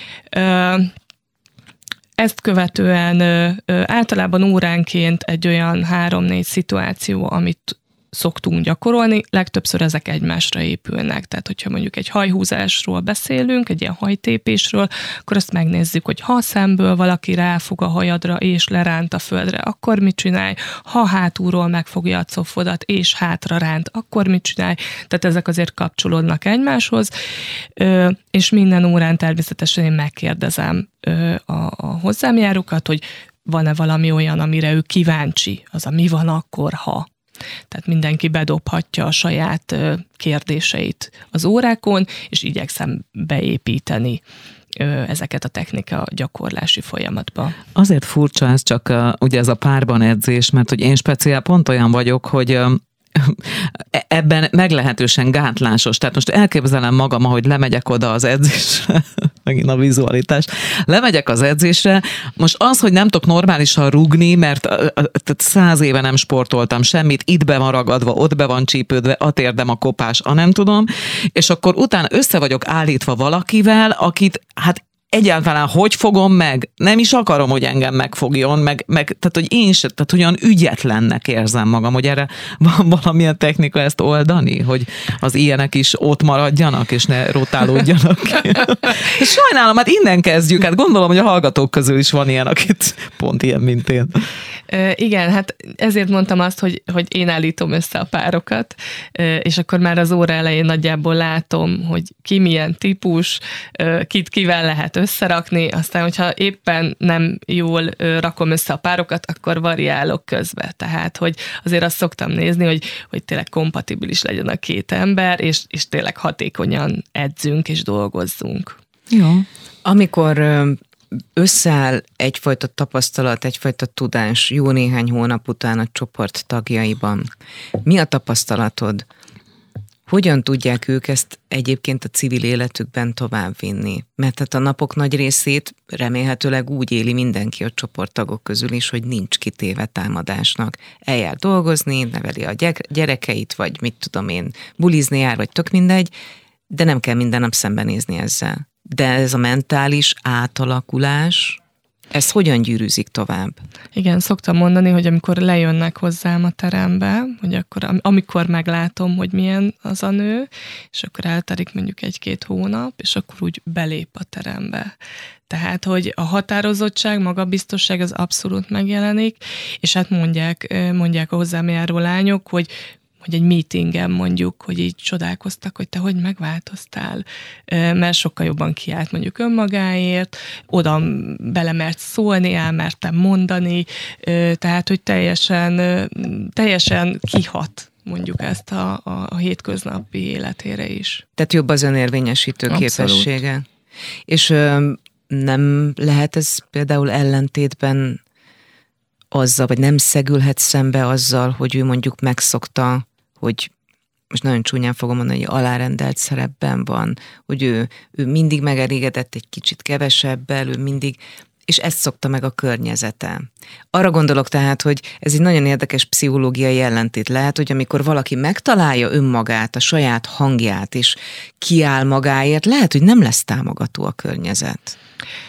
Ezt követően általában óránként egy olyan 3-4 szituáció, amit szoktunk gyakorolni, legtöbbször ezek egymásra épülnek. Tehát, hogyha mondjuk egy hajhúzásról beszélünk, egy ilyen hajtépésről, akkor azt megnézzük, hogy ha szemből valaki ráfog a hajadra és leránt a földre, akkor mit csinálj? Ha hátulról megfogja a cofodat és hátra ránt, akkor mit csinálj? Tehát ezek azért kapcsolódnak egymáshoz, és minden órán természetesen én megkérdezem a hozzám járókat, hogy van-e valami olyan, amire ő kíváncsi, az a mi van akkor, ha. Tehát mindenki bedobhatja a saját kérdéseit az órákon, és igyekszem beépíteni ezeket a technika gyakorlási folyamatba.
Azért furcsa ez csak ugye ez a párban edzés, mert hogy én speciál pont olyan vagyok, hogy ebben meglehetősen gátlásos. Tehát most elképzelem magam, ahogy lemegyek oda az edzésre, megint a vizualitás, lemegyek az edzésre, most az, hogy nem tudok normálisan rugni, mert 100 éve nem sportoltam semmit, itt be van ragadva, ott be van csípődve, a térdem, a kopás, nem tudom, és akkor utána össze vagyok állítva valakivel, akit hát egyáltalán hogy fogom meg? Nem is akarom, hogy engem megfogjon, meg tehát, hogy én sem, tehát olyan ügyetlennek érzem magam, hogy erre van valamilyen technika ezt oldani, hogy az ilyenek is ott maradjanak, és ne rotálódjanak. És sajnálom, hát innen kezdjük, hát gondolom, hogy a hallgatók közül is van ilyen, akit pont ilyen, mint én.
Igen, hát ezért mondtam azt, hogy én állítom össze a párokat, és akkor már az óra elején nagyjából látom, hogy ki milyen típus, kit kivel lehet összerakni, aztán, hogyha éppen nem jól rakom össze a párokat, akkor variálok közbe. Tehát, hogy azért azt szoktam nézni, hogy tényleg kompatibilis legyen a két ember, és tényleg hatékonyan edzünk és dolgozzunk.
Jó. Amikor összeáll egyfajta tapasztalat, egyfajta tudás jó néhány hónap után a csoport tagjaiban, mi a tapasztalatod? Hogyan tudják ők ezt egyébként a civil életükben továbbvinni? Mert hát a napok nagy részét remélhetőleg úgy éli mindenki a csoporttagok közül is, hogy nincs kitéve támadásnak. Eljár dolgozni, neveli a gyerekeit, vagy mit tudom én, bulizni jár, vagy tök mindegy, de nem kell minden nap szembenézni ezzel. De ez a mentális átalakulás, ez hogyan gyűrűzik tovább?
Igen, szoktam mondani, hogy amikor lejönnek hozzám a terembe, hogy akkor, amikor meglátom, hogy milyen az a nő, és akkor eltelik mondjuk 1-2 hónap, és akkor úgy belép a terembe. Tehát, hogy a határozottság, magabiztosság az abszolút megjelenik, és hát mondják a hozzám járó lányok, hogy egy meetingen mondjuk, hogy így csodálkoztak, hogy te hogy megváltoztál, mert sokkal jobban kiállt mondjuk önmagáért, oda belemert szólni, elmertem mondani, tehát, hogy teljesen kihat mondjuk ezt a hétköznapi életére is.
Tehát jobb az önérvényesítő képessége. És nem lehet ez például ellentétben azzal, vagy nem szegülhet szembe azzal, hogy ő mondjuk megszokta, hogy most nagyon csúnyán fogom mondani, hogy alárendelt szerepben van, hogy ő mindig megelégedett egy kicsit kevesebbel, ő mindig, és ezt szokta meg a környezete. Arra gondolok tehát, hogy ez egy nagyon érdekes pszichológiai ellentét lehet, hogy amikor valaki megtalálja önmagát, a saját hangját, és kiáll magáért, lehet, hogy nem lesz támogató a környezet.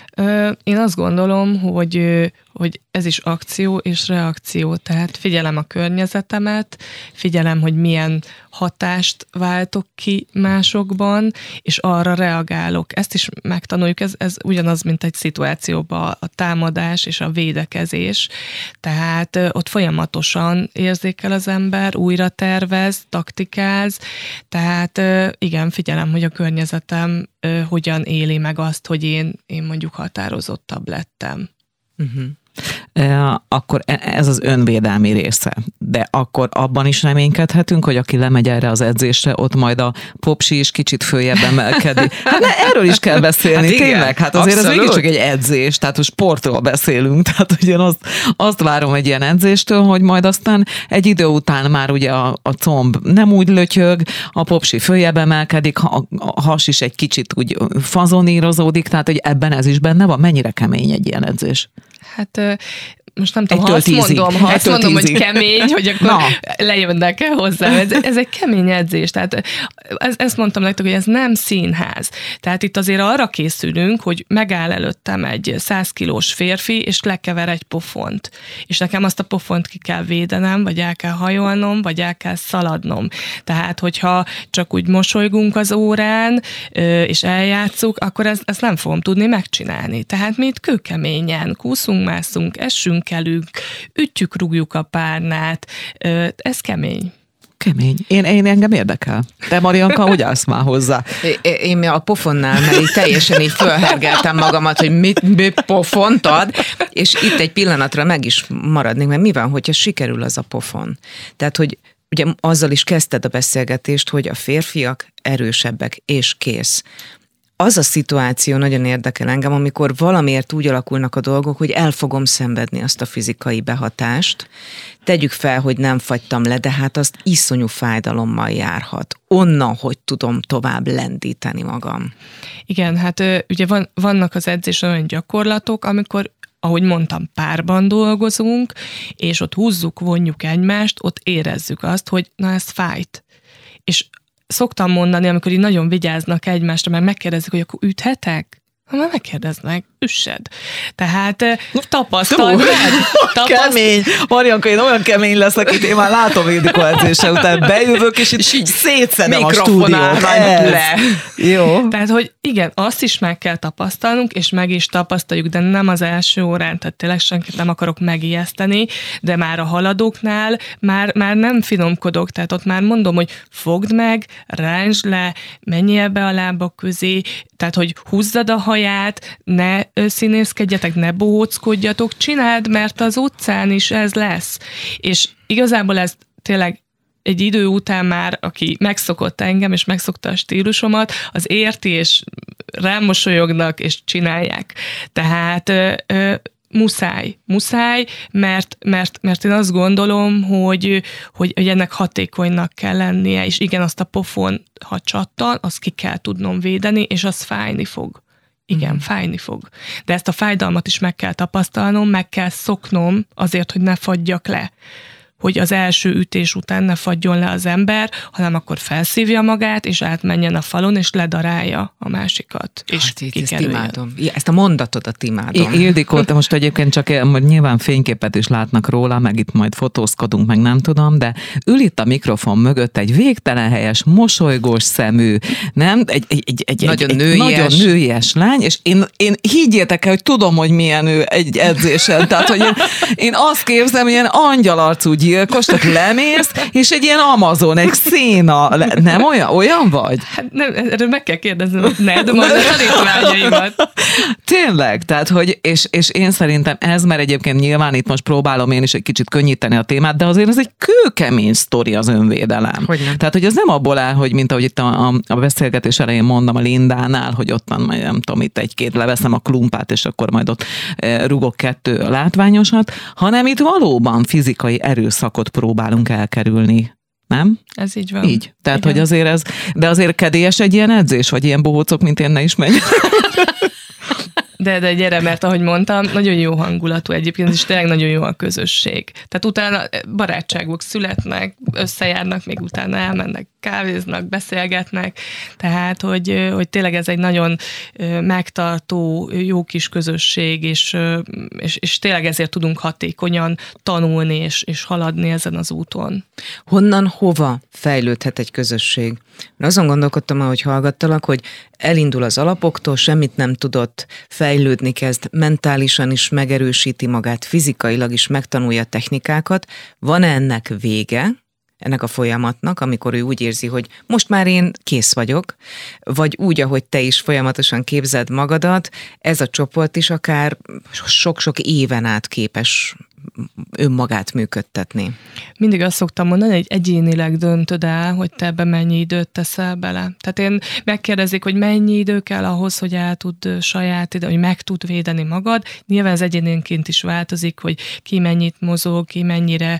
Én azt gondolom, hogy ez is akció és reakció, tehát figyelem a környezetemet, figyelem, hogy milyen hatást váltok ki másokban, és arra reagálok. Ezt is megtanuljuk, ez ugyanaz, mint egy szituációban a támadás és a védekezés, tehát ott folyamatosan érzékel az ember, újra tervez, taktikáz, tehát igen, figyelem, hogy a környezetem hogyan éli meg azt, hogy én mondjuk határozottabb lettem.
Uh-huh.
Akkor ez az önvédelmi része. De akkor abban is reménykedhetünk, hogy aki lemegy erre az edzésre, ott majd a popsi is kicsit följebb emelkedik. Hát erről is kell beszélni, hát tényleg. Hát azért abszolút. Ez mégiscsak egy edzés, tehát a sportról beszélünk. Tehát ugye azt várom egy ilyen edzéstől, hogy majd aztán egy idő után már ugye a comb nem úgy lötyög, a popsi följebb emelkedik, a has is egy kicsit úgy fazonírozódik, tehát hogy ebben ez is benne van. Mennyire kemény egy ilyen edzés?
Hát most nem tudom, ha azt mondom, hogy kemény, hogy akkor lejönnek el hozzá. Ez egy kemény edzés. Tehát ezt mondtam nektek, hogy ez nem színház. Tehát itt azért arra készülünk, hogy megáll előttem egy 100 kilós férfi, és lekever egy pofont. És nekem azt a pofont ki kell védenem, vagy el kell hajolnom, vagy el kell szaladnom. Tehát, hogyha csak úgy mosolygunk az órán, és eljátszuk, akkor ezt nem fogom tudni megcsinálni. Tehát mi itt kőkeményen kúszunk, mászunk, essünk, kelünk, ütjük, rúgjuk a párnát. Ez kemény.
Kemény. Én engem érdekel. Te, Marianka, hogy állsz már hozzá?
Én a pofonnál, mert így teljesen így fölhergeltem magamat, hogy mit pofont ad, és itt egy pillanatra meg is maradnék, mert mi van, hogyha sikerül az a pofon? Tehát, hogy ugye azzal is kezdted a beszélgetést, hogy a férfiak erősebbek, és kész. Az a szituáció nagyon érdekel engem, amikor valamiért úgy alakulnak a dolgok, hogy el fogom szenvedni azt a fizikai behatást. Tegyük fel, hogy nem fagytam le, de hát azt iszonyú fájdalommal járhat. Onnan, hogy tudom tovább lendíteni magam.
Igen, hát ugye vannak az edzésen olyan gyakorlatok, amikor, ahogy mondtam, párban dolgozunk, és ott húzzuk, vonjuk egymást, ott érezzük azt, hogy na ez fájt. És szoktam mondani, amikor így nagyon vigyáznak egymásra, mert megkérdezik, hogy akkor üthetek? Ha már megkérdeznek, üssed. Tehát tapasztald meg.
Kemény. Marianka, én olyan kemény leszek, itt én már látom Ildikó edzése után bejövök, és így szétszedem a stúdiót.
Jó. Tehát, hogy igen, azt is meg kell tapasztalnunk, és meg is tapasztaljuk, de nem az első órán, tehát tényleg senkit nem akarok megijeszteni, de már a haladóknál már nem finomkodok, tehát ott már mondom, hogy fogd meg, rántsd le, menjél be a lábak közé, tehát, hogy húzzad a haját, ne színészkedjetek, ne bohóckodjatok, csináld, mert az utcán is ez lesz. És igazából ez tényleg egy idő után már, aki megszokott engem, és megszokta a stílusomat, az érti, és rám mosolyognak, és csinálják. Tehát muszáj, mert én azt gondolom, hogy ennek hatékonynak kell lennie, és igen, azt a pofon, ha csattan, azt ki kell tudnom védeni, és az fájni fog. Igen, fájni fog. De ezt a fájdalmat is meg kell tapasztalnom, meg kell szoknom azért, hogy ne fagyjak le. Hogy az első ütés után ne fagyjon le az ember, hanem akkor felszívja magát, és átmenjen a falon, és ledarálja a másikat. És
hát ezt imádom. Ezt a mondatot imádom.
Ildikó, te most egyébként csak nyilván fényképet is látnak róla, meg itt majd fotózkodunk, meg nem tudom, de ül itt a mikrofon mögött egy végtelen helyes, mosolygós szemű, nem? Egy nagyon nőies lány, és én higgyétek el, hogy tudom, hogy milyen ő egy edzésen. Tehát, hogy én azt képzelem, hogy ilyen angyalarcú gyilkos, tehát lemész, és egy ilyen Amazon, egy széna, nem olyan vagy?
Hát nem, erről meg kell kérdeznem, de majd a tanítványaimat.
Tényleg, tehát, hogy, és én szerintem ez, mert egyébként nyilván itt most próbálom én is egy kicsit könnyíteni a témát, de azért ez egy kőkemény sztori az önvédelem.
Hogyne?
Tehát, hogy ez nem abból áll, hogy mint ahogy itt a beszélgetés elején mondom a Lindánál, hogy ottan majd nem tudom, itt egy-két leveszem a klumpát, és akkor majd ott rugok 2 látványosat, hanem itt valóban fizikai erőszakot próbálunk elkerülni. Nem?
Ez így van.
Így. Tehát,
igen.
hogy azért ez, de azért kedélyes egy ilyen edzés, vagy ilyen bohócok, mint én, ne is menj.
De gyere, mert ahogy mondtam, nagyon jó hangulatú egyébként, és tényleg nagyon jó a közösség. Tehát utána barátságok születnek, összejárnak, még utána elmennek, kávéznak, beszélgetnek, tehát, hogy tényleg ez egy nagyon megtartó, jó kis közösség, és tényleg ezért tudunk hatékonyan tanulni, és haladni ezen az úton.
Honnan, hova fejlődhet egy közösség? Mert azon gondolkodtam, ahogy hallgattalak, hogy elindul az alapoktól, semmit nem tudott, fejlődni kezd, mentálisan is megerősíti magát, fizikailag is megtanulja a technikákat. Van-e ennek vége, ennek a folyamatnak, amikor ő úgy érzi, hogy most már én kész vagyok, vagy úgy, ahogy te is folyamatosan képzeld magadat, ez a csoport is akár sok-sok éven át képes önmagát működtetni.
Mindig azt szoktam mondani, hogy egyénileg döntöd el, hogy te ebbe mennyi időt teszel bele. Tehát én megkérdezik, hogy mennyi idő kell ahhoz, hogy el tud hogy meg tud védeni magad. Nyilván ez egyénenként is változik, hogy ki mennyit mozog, ki mennyire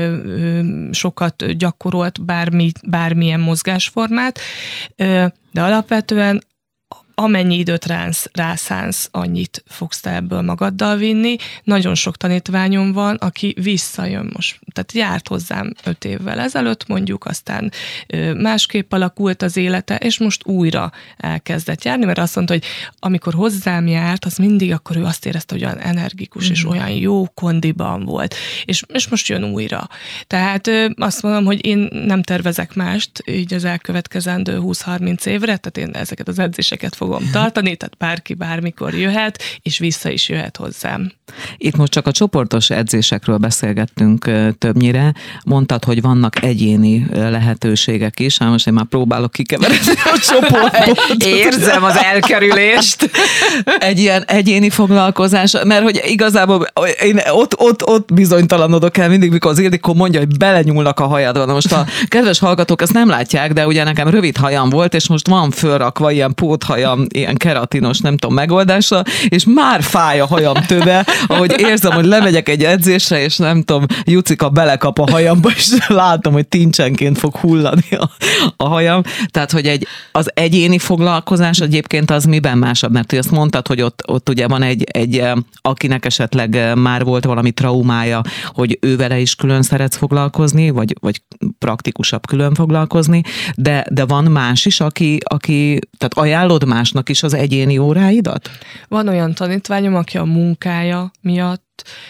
sokat gyakorolt bármilyen mozgásformát, de alapvetően amennyi időt rászánsz, annyit fogsz te ebből magaddal vinni. Nagyon sok tanítványom van, aki visszajön most. Tehát járt hozzám 5 évvel ezelőtt mondjuk, aztán másképp alakult az élete, és most újra elkezdett járni, mert azt mondta, hogy amikor hozzám járt, az mindig akkor ő azt érezte, hogy olyan energikus, és olyan jó kondiban volt. És most jön újra. Tehát azt mondom, hogy én nem tervezek mást így az elkövetkezendő 20-30 évre, tehát én ezeket az edzéseket fogom tartani, tehát bárki bármikor jöhet, és vissza is jöhet hozzám.
Itt most csak a csoportos edzésekről beszélgettünk többnyire. Mondtad, hogy vannak egyéni lehetőségek is, most én már próbálok kikeveredni a csoportból.
Érzem az elkerülést.
Egy ilyen egyéni foglalkozás, mert hogy igazából én ott bizonytalanodok el mindig, mikor az Ildikó mondja, hogy belenyúlnak a hajadba. Na most a kedves hallgatók ezt nem látják, de ugye nekem rövid hajam volt, és most van fölrakva ilyen póthajam, ilyen keratinos, nem tudom, megoldásra, és már fáj a hajam töve, ahogy érzem, hogy lemegyek egy edzésre, és nem tudom, Jucika belekap a hajamba, és látom, hogy tincsenként fog hullani a hajam. Tehát, hogy az egyéni foglalkozás egyébként az miben másabb? Mert azt mondtad, hogy ott ugye van egy akinek esetleg már volt valami traumája, hogy ő vele is külön szeretsz foglalkozni, vagy praktikusabb külön foglalkozni, de van más is, aki tehát ajánlod másnak is az egyéni óráidat?
Van olyan tanítványom, aki a munkája miatt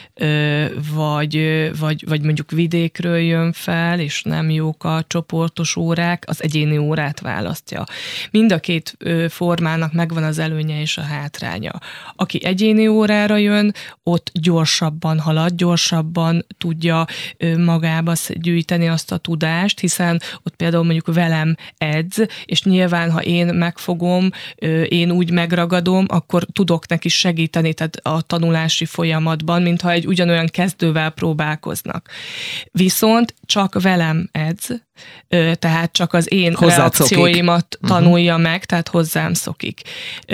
vagy mondjuk vidékről jön fel, és nem jók a csoportos órák, az egyéni órát választja. Mind a két formának megvan az előnye és a hátránya. Aki egyéni órára jön, ott gyorsabban halad, gyorsabban tudja magába gyűjteni azt a tudást, hiszen ott például mondjuk velem edz, és nyilván, ha én megfogom, én úgy megragadom, akkor tudok neki segíteni, tehát a tanulási folyamatban, mintha egy ugyanolyan kezdővel próbálkoznak. Viszont csak velem edz, tehát csak az én reakcióimat tanulja meg, tehát hozzám szokik.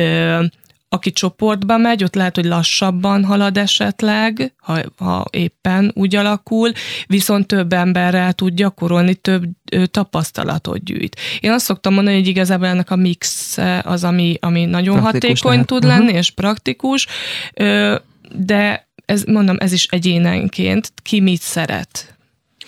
Aki csoportba megy, ott lehet, hogy lassabban halad esetleg, ha éppen úgy alakul, viszont több emberrel tud gyakorolni, több tapasztalatot gyűjt. Én azt szoktam mondani, hogy igazából ennek a mix az, ami nagyon praktikus hatékony tud lenni, és praktikus, de ez is egyénenként, ki mit szeret.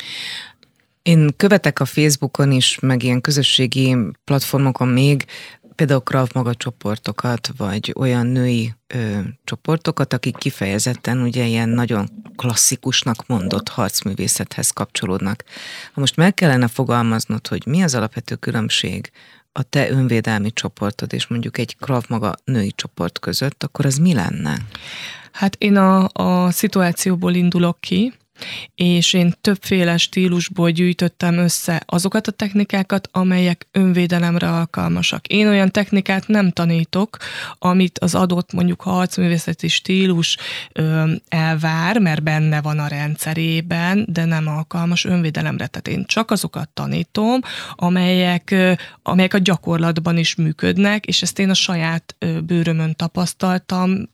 Én követek a Facebookon is, meg ilyen közösségi platformokon még, például Krav Maga csoportokat, vagy olyan női csoportokat, akik kifejezetten ugye ilyen nagyon klasszikusnak mondott harcművészethez kapcsolódnak. Ha most meg kellene fogalmaznod, hogy mi az alapvető különbség a te önvédelmi csoportod és mondjuk egy Krav Maga női csoport között, akkor az mi lenne?
Hát én a szituációból indulok ki, és én többféle stílusból gyűjtöttem össze azokat a technikákat, amelyek önvédelemre alkalmasak. Én olyan technikát nem tanítok, amit az adott mondjuk harcművészeti stílus elvár, mert benne van a rendszerében, de nem alkalmas önvédelemre. Tehát én csak azokat tanítom, amelyek a gyakorlatban is működnek, és ezt én a saját bőrömön tapasztaltam,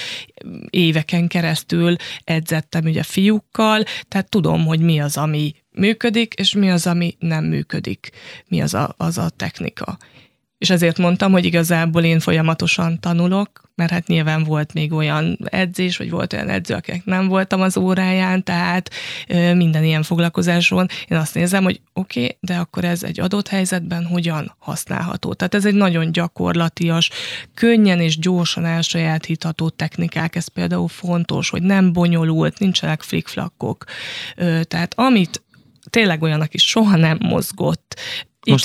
éveken keresztül edzettem ugye fiúkkal, tehát tudom, hogy mi az, ami működik, és mi az, ami nem működik, mi az a technika. És ezért mondtam, hogy igazából én folyamatosan tanulok, mert hát nyilván volt még olyan edzés, vagy volt olyan edző, akinek nem voltam az óráján, tehát minden ilyen foglalkozáson én azt nézem, hogy oké, de akkor ez egy adott helyzetben hogyan használható. Tehát ez egy nagyon gyakorlatias, könnyen és gyorsan elsajátítható technikák, ez például fontos, hogy nem bonyolult, nincsenek flickflakkok. Tehát amit tényleg olyan, aki soha nem mozgott,
most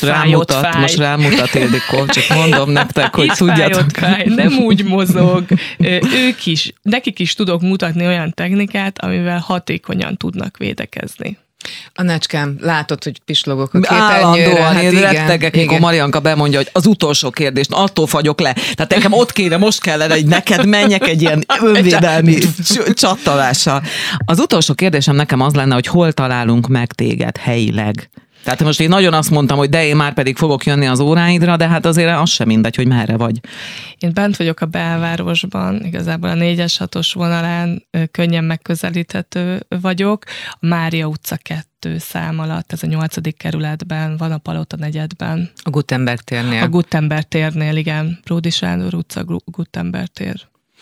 rámutat Ildikó, csak mondom nektek, hogy tudjátok.
Fáj, nem úgy mozog. Nekik is tudok mutatni olyan technikát, amivel hatékonyan tudnak védekezni.
Annácskám, látod, hogy pislogok a képernyőre.
Állandóan, én rettegek, mikor Marianka bemondja, hogy az utolsó kérdést, attól fagyok le. Tehát nekem ott kéne, most kellene, hogy neked menjek egy ilyen önvédelmi csattalással. Az utolsó kérdésem nekem az lenne, hogy hol találunk meg téged helyileg? Tehát most én nagyon azt mondtam, hogy de én már pedig fogok jönni az óráidra, de hát azért az sem mindegy, hogy merre vagy.
Én bent vagyok a belvárosban, igazából a 4-es 6-os vonalán könnyen megközelíthető vagyok. A Mária utca 2 szám alatt, ez a 8. kerületben van, a Palota negyedben.
A Gutenberg térnél.
A Gutenberg térnél, igen. Bródi Sándor utca, Gutenberg tér.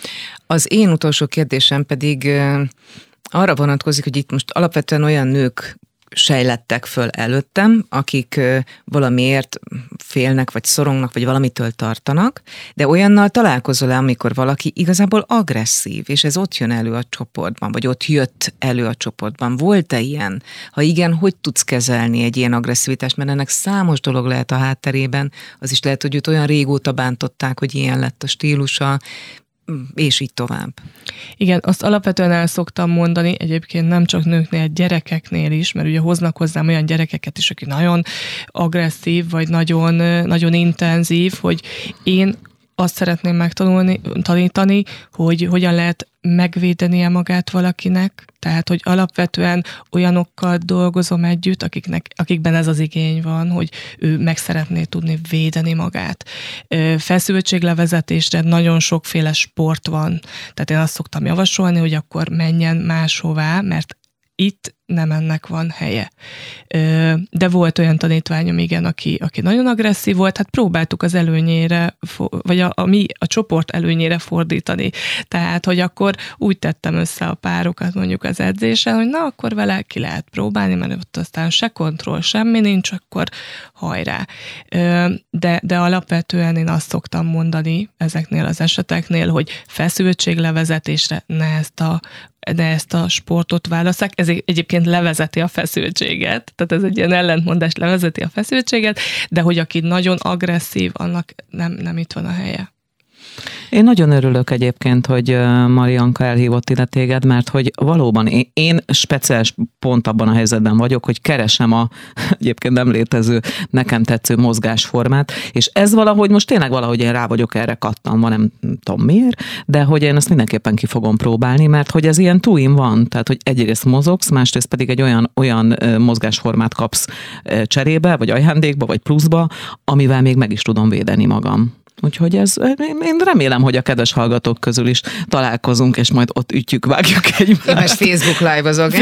Az én utolsó kérdésem pedig arra vonatkozik, hogy itt most alapvetően olyan nők sejlettek föl előttem, akik valamiért félnek, vagy szorongnak, vagy valamitől tartanak, de olyannal találkozol-e, amikor valaki igazából agresszív, és ez ott jön elő a csoportban, vagy ott jött elő a csoportban. Volt-e ilyen? Ha igen, hogy tudsz kezelni egy ilyen agresszivitást? Mert ennek számos dolog lehet a hátterében, az is lehet, hogy őt olyan régóta bántották, hogy ilyen lett a stílusa, és így tovább.
Igen, azt alapvetően el szoktam mondani, egyébként nem csak nőknél, gyerekeknél is, mert ugye hoznak hozzám olyan gyerekeket is, aki nagyon agresszív, vagy nagyon, nagyon intenzív, hogy én azt szeretném megtanítani, hogy hogyan lehet megvédenie magát valakinek, tehát, hogy alapvetően olyanokkal dolgozom együtt, akikben ez az igény van, hogy ő meg szeretné tudni védeni magát. Feszültséglevezetésre nagyon sokféle sport van, tehát én azt szoktam javasolni, hogy akkor menjen máshová, mert itt nem ennek van helye. De volt olyan tanítványom, igen, aki nagyon agresszív volt, hát próbáltuk az előnyére, vagy a csoport előnyére fordítani. Tehát, hogy akkor úgy tettem össze a párokat mondjuk az edzésen, hogy na, akkor vele ki lehet próbálni, mert ott aztán se kontroll, semmi nincs, akkor hajrá. De alapvetően én azt szoktam mondani ezeknél az eseteknél, hogy feszültséglevezetésre ne ezt a sportot válasszák. Ez egyébként levezeti a feszültséget, tehát ez egy ilyen ellentmondás, levezeti a feszültséget, de hogy aki nagyon agresszív, annak nem itt van a helye.
Én nagyon örülök egyébként, hogy Marianka elhívott ide téged, mert hogy valóban én speciális pont abban a helyzetben vagyok, hogy keresem a egyébként nem létező, nekem tetsző mozgásformát, és ez valahogy most tényleg valahogy én rá vagyok erre kattanva, nem tudom miért, de hogy én ezt mindenképpen ki fogom próbálni, mert hogy ez ilyen two-in van, tehát hogy egyrészt mozogsz, másrészt pedig egy olyan mozgásformát kapsz cserébe, vagy ajándékba, vagy pluszba, amivel még meg is tudom védeni magam. Úgyhogy én remélem, hogy a kedves hallgatók közül is találkozunk, és majd ott ütjük, vágjuk egymást.
Én most Facebook live-azok.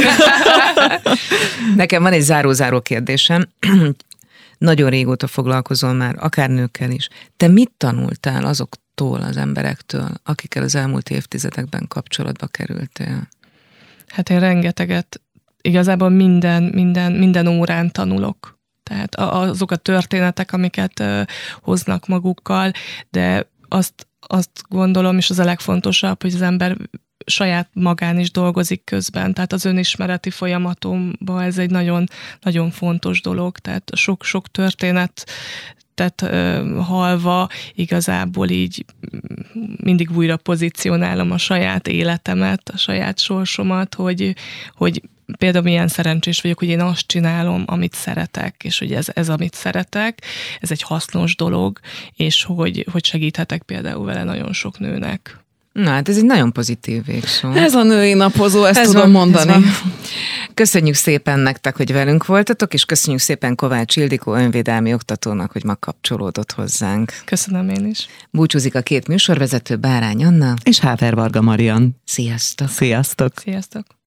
Nekem van egy záró kérdésem. Nagyon régóta foglalkozol már, akár nőkkel is. Te mit tanultál azoktól az emberektől, akikkel az elmúlt évtizedekben kapcsolatba kerültél?
Hát én rengeteget, igazából minden órán tanulok. Tehát azok a történetek, amiket hoznak magukkal, de azt gondolom, és az a legfontosabb, hogy az ember saját magán is dolgozik közben, tehát az önismereti folyamatomban ez egy nagyon, nagyon fontos dolog, tehát sok történet, tehát halva igazából így mindig újra pozícionálom a saját életemet, a saját sorsomat, hogy például milyen szerencsés vagyok, hogy én azt csinálom, amit szeretek, és hogy ez amit szeretek, ez egy hasznos dolog, és hogy segíthetek például vele nagyon sok nőnek.
Na hát ez egy nagyon pozitív végszó.
Ez a női napozó, ezt tudom mondani.
Köszönjük szépen nektek, hogy velünk voltatok, és köszönjük szépen Kovács Ildikó önvédelmi oktatónak, hogy ma kapcsolódott hozzánk.
Köszönöm én is.
Búcsúzik a két műsorvezető, Bárány Anna
és Háver Varga Marian.
Sziasztok!
Sziasztok!
Sziasztok!